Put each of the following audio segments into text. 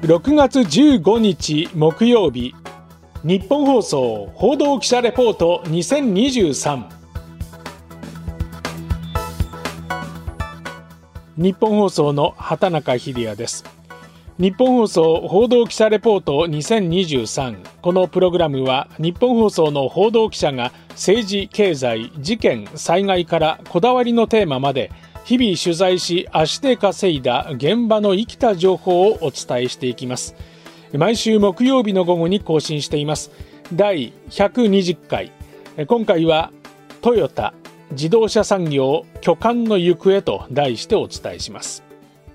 6月15日木曜日、日本放送報道記者レポート2023。日本放送の畑中秀也です。日本放送報道記者レポート2023。このプログラムは日本放送の報道記者が政治、経済、事件、災害からこだわりのテーマまで日々取材し足で稼いだ現場の生きた情報をお伝えしていきます。毎週木曜日の午後に更新しています。第120回。今回はトヨタ自動車産業巨漢の行方と題してお伝えします。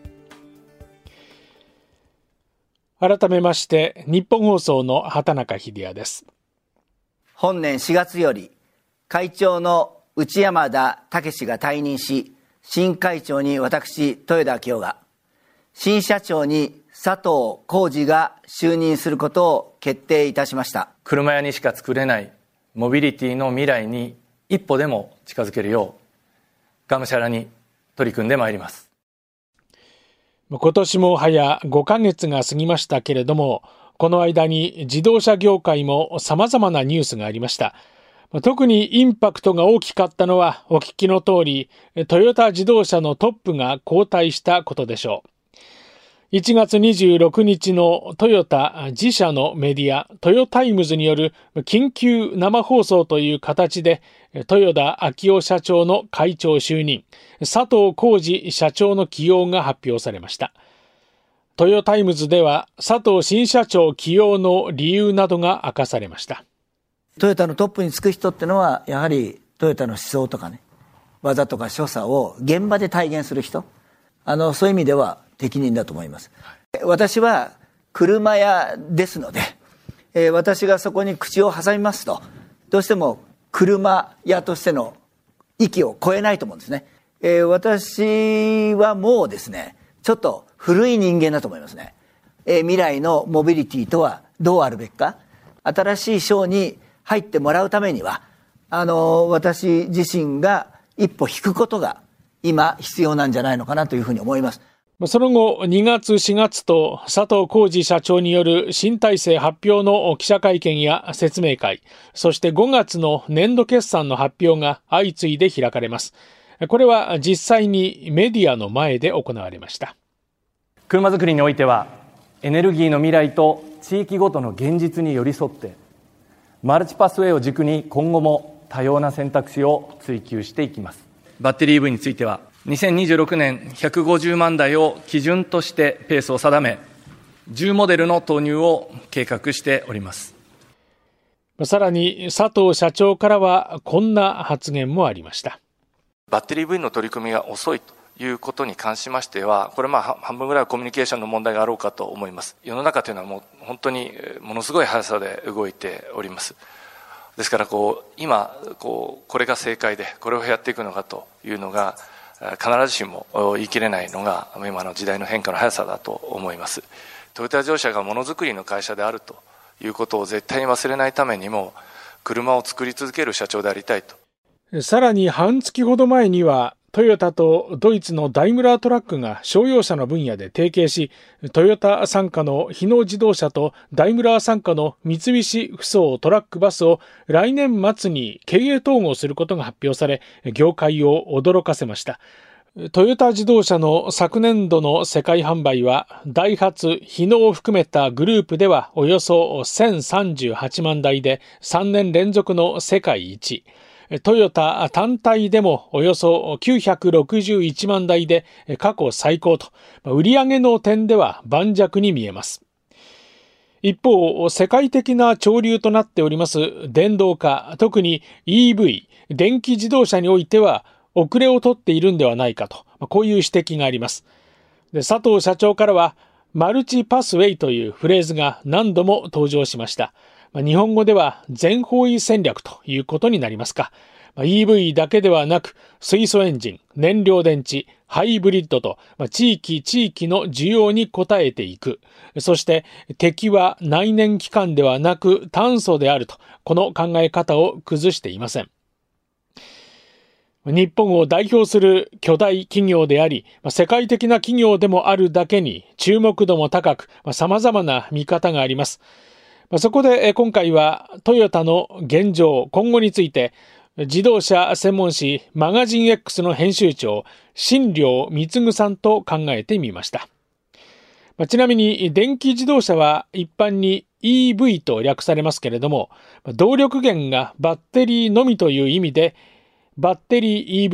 改めまして日本放送の畑中秀也です。 本年4月より会長の内山田武が退任し、新会長に私豊田章が、新社長に佐藤浩二が就任することを決定いたしました。 車屋にしか作れないモビリティの未来に一歩でも近づけるようがむしゃらに取り組んでまいります。 今年も早5ヶ月が過ぎましたけれども、この間に自動車業界も様々なニュースがありました。特にインパクトが大きかったのはお聞きの通り、トヨタ自動車のトップが交代したことでしょう。1月26日のトヨタ自社のメディアトヨタイムズによる緊急生放送という形で、豊田章男社長の会長就任、佐藤浩二社長の起用が発表されました。トヨタイムズでは佐藤新社長起用の理由などが明かされました。 トヨタのトップにつく人ってのはやはりトヨタの思想とかね、技とか所作を現場で体現する人、そういう意味では適任だと思います。私は車屋ですので、私がそこに口を挟みますと、どうしても車屋としての域を超えないと思うんですね。私はもうですね、ちょっと古い人間だと思いますね。未来のモビリティとはどうあるべきか、新しい章に入ってもらうためには、私自身が一歩引くことが今必要なんじゃないのかなというふうに思います。 その後、2月4月と佐藤浩二社長による新体制発表の記者会見や説明会、そして5月の年度決算の発表が相次いで開かれます。これは実際にメディアの前で行われました。 車作りにおいては、エネルギーの未来と地域ごとの現実に寄り添って、マルチパスウェイを軸に今後も多様な選択肢を追求していきます。バッテリー EV については、2026年150万台を基準としてペースを定め、10モデルの投入を計画しております。 さらに佐藤社長からはこんな発言もありました。 バッテリー EV の取り組みが遅いということに関しましては、これ半分ぐらいはコミュニケーションの問題があろうかと思います。世の中というのはもう本当にものすごい速さで動いております。ですから今これが正解でこれをやっていくのかというのが必ずしも言い切れないのが今の時代の変化の速さだと思います。トヨタ自動車がものづくりの会社であるということを絶対に忘れないためにも、車を作り続ける社長でありたいと。 さらに半月ほど前にはトヨタとドイツのダイムラートラックが商用車の分野で提携し、トヨタ傘下の日野自動車とダイムラー傘下の三菱ふそうトラックバスを来年末に経営統合することが発表され、業界を驚かせました。トヨタ自動車の昨年度の世界販売は、ダイハツ、日野を含めたグループではおよそ1038万台で3年連続の世界一。トヨタ単体でもおよそ961万台で過去最高と、売上の点では盤石に見えます。一方、世界的な潮流となっております電動化、特に EV、電気自動車においては遅れを取っているんではないかと、こういう指摘があります。で、佐藤社長からは、マルチパスウェイというフレーズが何度も登場しました。日本語では全方位戦略ということになりますか。EV だけではなく、水素エンジン、燃料電池、ハイブリッドと、地域の需要に応えていく。そして、敵は内燃機関ではなく炭素であると、この考え方を崩していません。 日本を代表する巨大企業であり、世界的な企業でもあるだけに注目度も高く、様々な見方があります。そこで今回はトヨタの現状、今後について、自動車専門誌マガジン X の編集長、新庄貢さんと考えてみました。ちなみに電気自動車は一般に EV と略されますけれども、動力源がバッテリーのみという意味で、バッテリー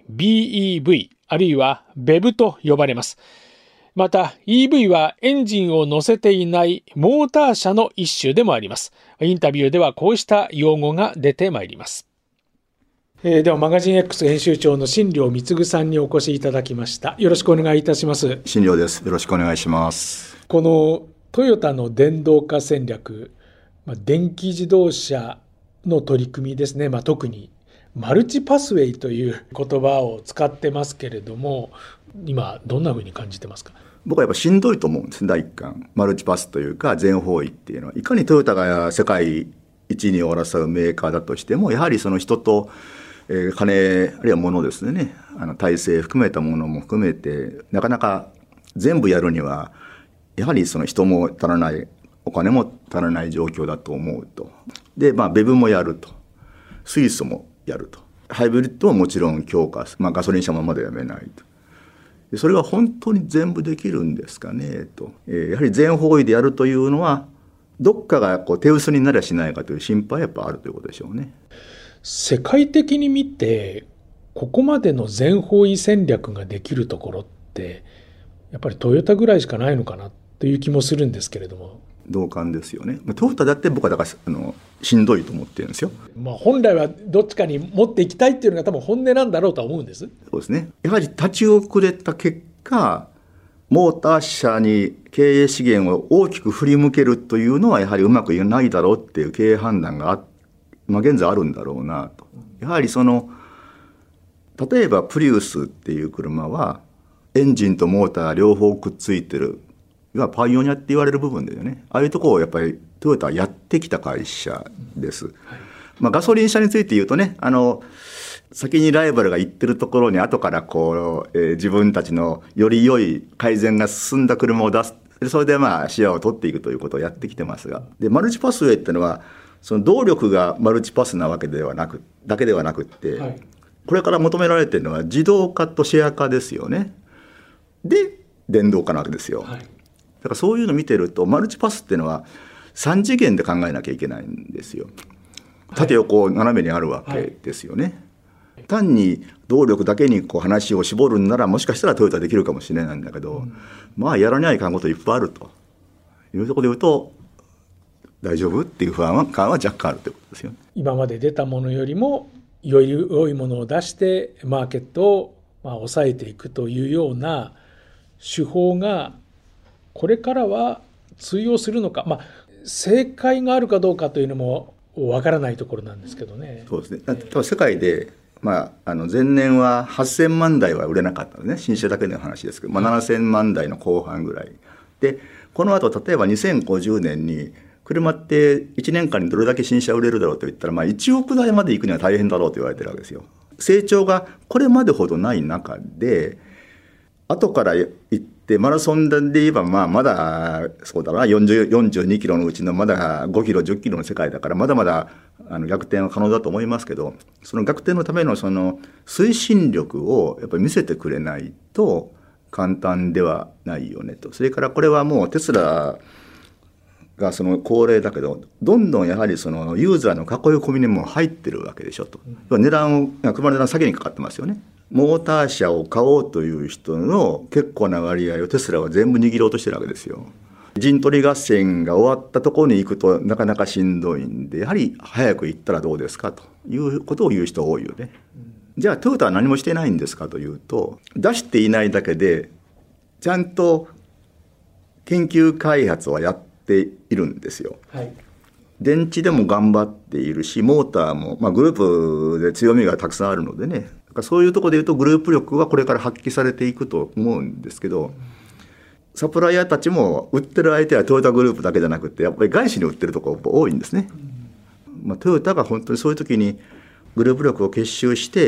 EV、BEV、あるいは BEV と呼ばれます。また EV はエンジンを乗せていないモーター車の一種でもあります。インタビューではこうした用語が出てまいります。ではマガジン X 編集長の新庄貢さんにお越しいただきました。よろしくお願いいたします。 新庄です。よろしくお願いします。 このトヨタの電動化戦略、電気自動車の取り組みですね。特にマルチパスウェイという言葉を使ってますけれども、今どんなふうに感じてますか？ 僕はやっぱしんどいと思うんですね。第一巻マルチパスというか全方位っていうのは、いかにトヨタが世界一に争うメーカーだとしても、やはりその人と金あるいは物ですね、体制含めたものも含めてなかなか全部やるにはやはりその人も足らない、お金も足らない状況だと思うと。でベブもやると、水素もやると、ハイブリッドももちろん強化、ガソリン車もまだやめないと。でそれが本当に全部できるんですかねと、やはり全方位でやるというのはどっかが手薄になりゃしないかという心配はやっぱあるということでしょうね。 世界的に見てここまでの全方位戦略ができるところってやっぱりトヨタぐらいしかないのかなという気もするんですけれども。 同感ですよね。トヨタだって僕はだからしんどいと思ってるんですよ。 本来はどっちかに持っていきたいっていうのが多分本音なんだろうとは思うんです。 そうですね。やはり立ち遅れた結果、モーター車に経営資源を大きく振り向けるというのはやはりうまくいかないだろうっていう経営判断が現在あるんだろうなと。やはり例えばプリウスっていう車はエンジンとモーター両方くっついてる、パイオニアって言われる部分だよね。ああいうところをやっぱりトヨタはやってきた会社です。ガソリン車について言うとね、先にライバルが行ってるところに後から自分たちのより良い改善が進んだ車を出す、それでシェアを取っていくということをやってきてますが、でマルチパスウェイっていうのはその動力がマルチパスなわけではなくだけではなくって、これから求められているのは自動化とシェア化ですよね。で電動化なわけですよ。だからそういうのを見てるとマルチパスっていうのは3次元で考えなきゃいけないんですよ。縦横斜めにあるわけですよね。単に動力だけに話を絞るんならもしかしたらトヨタできるかもしれないんだけど、やらないかんこといっぱいあるというところで言うと大丈夫っていう感は若干あるということですよね。 今まで出たものよりもより良いものを出してマーケットを抑えていくというような手法がこれからは通用するのか、正解があるかどうかというのもわからないところなんですけどね。 そうですね。多分世界で、前年は8000万台は売れなかったんですね。新車だけの話ですけど、7000万台の後半ぐらいで、この後例えば2050年に車って1年間にどれだけ新車売れるだろうといったら、1億台まで行くには大変だろうと言われてるわけですよ。成長がこれまでほどない中で後から行ってマラソンで言えばまだそうだな42キロのうちのまだ5キロ10キロの世界だからまだまだ逆転は可能だと思いますけど、その逆転のためのその推進力をやっぱり見せてくれないと簡単ではないよねと。それからこれはもうテスラがその高齢だけどどんどんやはりそのユーザーの囲い込みにも入ってるわけでしょと。値段を車の値段下げにかかってますよね。モーター車を買おうという人の結構な割合をテスラは全部握ろうとしてるわけですよ。陣取り合戦が終わったところに行くとなかなかしんどいんで、やはり早く行ったらどうですかということを言う人多いよね。じゃあトヨタは何もしてないんですかというと、出していないだけでちゃんと研究開発はやっているんですよ。はい、電池でも頑張っているし、モーターも、グループで強みがたくさんあるのでね、そういうところでいうとグループ力はこれから発揮されていくと思うんですけど、サプライヤーたちも売ってる相手はトヨタグループだけじゃなくてやっぱり外資に売ってるところ多いんですね。トヨタが本当にそういう時にグループ力を結集して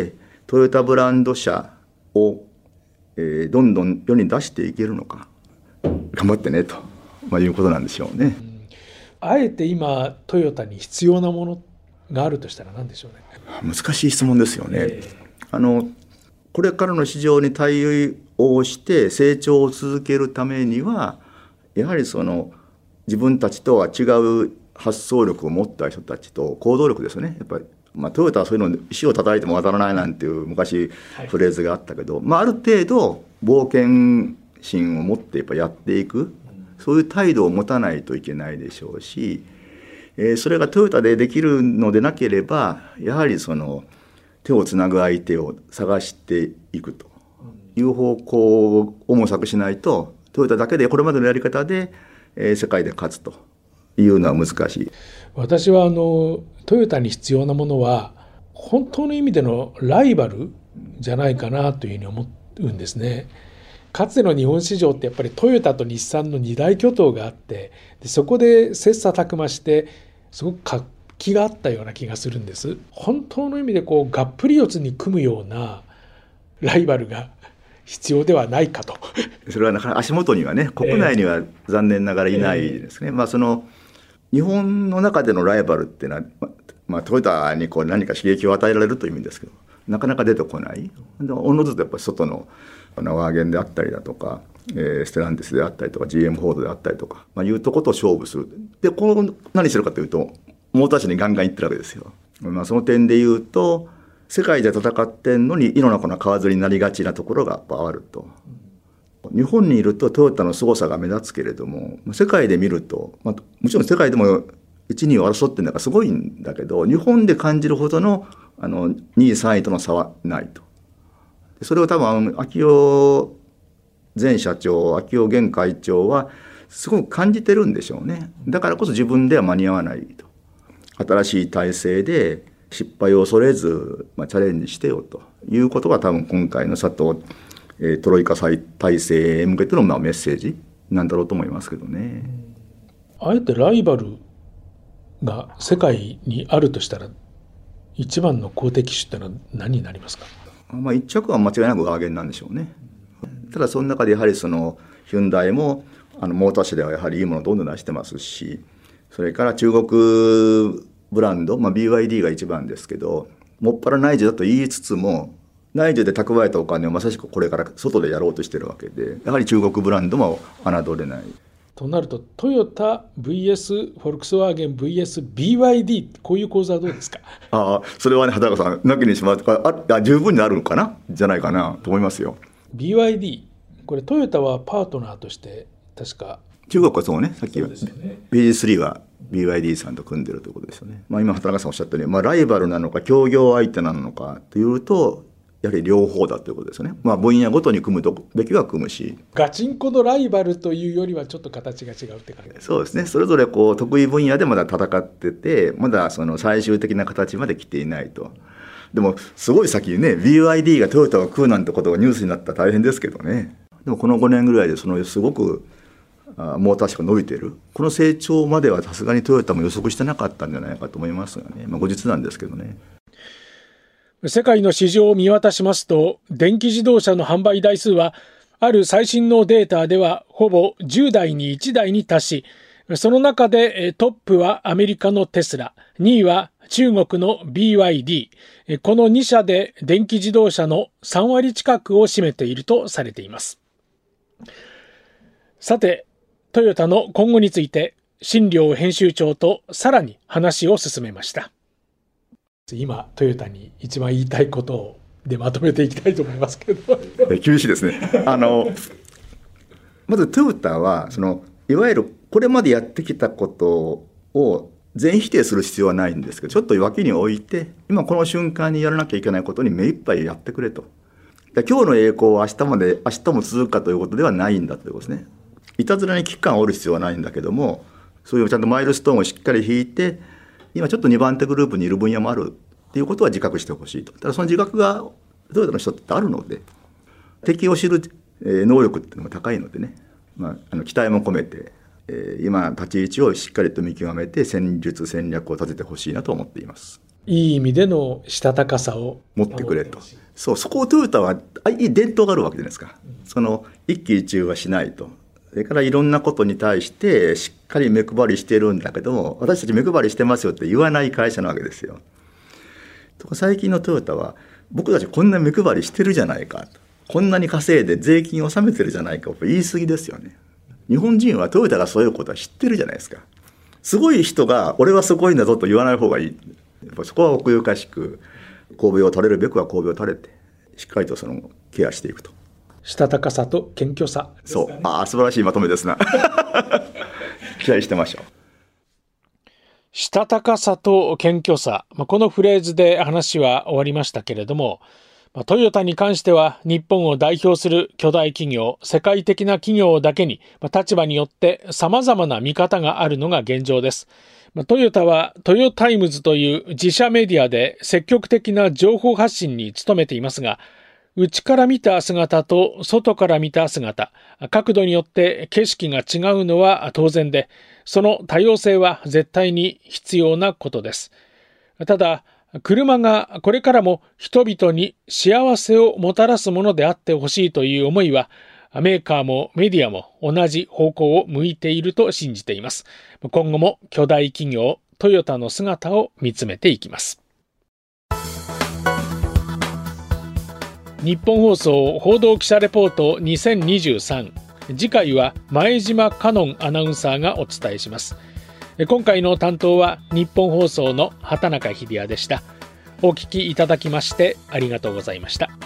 トヨタブランド車を、どんどん世に出していけるのか、頑張ってねと、いうことなんでしょうね。 あえて今トヨタに必要なものがあるとしたら何でしょうね。 難しい質問ですよね。これからの市場に対応して成長を続けるためには、やはりその自分たちとは違う発想力を持った人たちと行動力ですよね。やっぱり、トヨタはそういうの石を叩いても渡らないなんていう昔フレーズがあったけど、ある程度冒険心を持ってやっぱやっていく、そういう態度を持たないといけないでしょうし、それがトヨタでできるのでなければ、やはりその手をつなぐ相手を探していくという方向を模索しないと、トヨタだけでこれまでのやり方で、世界で勝つというのは難しい。 私はトヨタに必要なものは本当の意味でのライバルじゃないかなというふうに思うんですね。かつての日本市場ってやっぱりトヨタと日産の2大巨頭があって、でそこで切磋琢磨してすごく活気があったような気がするんです。本当の意味でこうがっぷり四つに組むようなライバルが必要ではないかと。 それはなかなか足元にはね、国内には残念ながらいないですね。その日本の中でのライバルっていうのは、トヨタにこう何か刺激を与えられるという意味ですけど、なかなか出てこない。おのずとやっぱり外のワーゲンであったりだとか、ステランティスであったりとか GM フォードであったりとか、いうとこと勝負する。で何してるかというと、モーター車にガンガン行ってるわけですよ。その点で言うと、世界で戦ってんのに井の中の蛙になりがちなところがやっぱあると。日本にいるとトヨタの凄さが目立つけれども、世界で見ると、もちろん世界でも1、2位を争ってるのがすごいんだけど、日本で感じるほどの2位、3位との差はないと。それを多分秋尾前社長、秋尾現会長はすごく感じてるんでしょうね。だからこそ自分では間に合わないと。新しい体制で失敗を恐れず、チャレンジしてよということが多分今回の佐藤トロイカ体制へ向けてのメッセージなんだろうと思いますけどね。 あえてライバルが世界にあるとしたら一番の公的種ってのは何になりますか。 一着は間違いなくワーゲンなんでしょうね。ただその中でやはりそのヒュンダイもモーター車ではやはりいいものをどんどん出してますし、それから中国ブランド、BYD が一番ですけど、もっぱら内需だと言いつつも、内需で蓄えたお金をまさしくこれから外でやろうとしてるわけで、やはり中国ブランドも侮れない。 となるとトヨタ VS フォルクスワーゲン VS BYD、 こういう構図はどうですか。 それはね、畑中さんなきにしまって十分にあるのかなじゃないかなと思いますよ。 BYD、 これトヨタはパートナーとして確か中国はそうね、さっきは、BG3 は BYD さんと組んでるということですよね。今畑中さんおっしゃったように、ライバルなのか協業相手なのかというと、やはり両方だということですよね。分野ごとに組むべきは組むし、 ガチンコのライバルというよりはちょっと形が違うって感じです。 そうですね。それぞれ得意分野でまだ戦ってて、まだその最終的な形まで来ていないと。でもすごい先にね、 BYD がトヨタを食うなんてことがニュースになったら大変ですけどね。でもこの5年ぐらいですごくモーター車が伸びている。この成長まではさすがにトヨタも予測してなかったんじゃないかと思いますがね。後日なんですけどね。 世界の市場を見渡しますと、電気自動車の販売台数はある最新のデータではほぼ10台に1台に達し、その中でトップはアメリカのテスラ、2位は中国の BYD、この2社で電気自動車の3割近くを占めているとされています。さて、トヨタの今後について新庄編集長とさらに話を進めました。今トヨタに一番言いたいことをでまとめていきたいと思いますけど厳しいですね。まずトヨタはいわゆるこれまでやってきたことを全否定する必要はないんですけど、ちょっと脇に置いて今この瞬間にやらなきゃいけないことに目いっぱいやってくれと。今日の栄光は明日も続くかということではないんだということですね。いたずらに危機感を折る必要はないんだけども、そういうちゃんとマイルストーンをしっかり引いて、今ちょっと2番手グループにいる分野もあるっていうことは自覚してほしいと。ただその自覚がトヨタの人ってあるので、敵を知る能力っていうのも高いのでね、期待も込めて、今立ち位置をしっかりと見極めて戦術戦略を立ててほしいなと思っています。 いい意味でのしたたかさを持ってくれと。そこをトヨタはいい伝統があるわけじゃないですか。一喜一憂はしないと。それからいろんなことに対してしっかり目配りしてるんだけども、私たち目配りしてますよって言わない会社なわけですよ。最近のトヨタは僕たちこんな目配りしてるじゃないかと、こんなに稼いで税金を納めてるじゃないかと言い過ぎですよね。日本人はトヨタがそういうことは知ってるじゃないですか。すごい人が俺はすごいんだぞと言わない方がいい。やっぱそこは奥ゆかしく、頭を取れるべくは頭を取れて、しっかりとケアしていくと。 したたかさと謙虚さですかね。 そう、素晴らしいまとめですな。期待してましょう。 したたかさと謙虚さ、このフレーズで話は終わりましたけれども、トヨタに関しては日本を代表する巨大企業、世界的な企業だけに立場によって様々な見方があるのが現状です。トヨタはトヨタイムズという自社メディアで積極的な情報発信に努めていますが、内から見た姿と外から見た姿、角度によって景色が違うのは当然で、その多様性は絶対に必要なことです。ただ、車がこれからも人々に幸せをもたらすものであってほしいという思いは、メーカーもメディアも同じ方向を向いていると信じています。今後も巨大企業トヨタの姿を見つめていきます。日本放送報道記者レポート2023。次回は前島香音アナウンサーがお伝えします。今回の担当は日本放送の畑中秀也でした。お聞きいただきましてありがとうございました。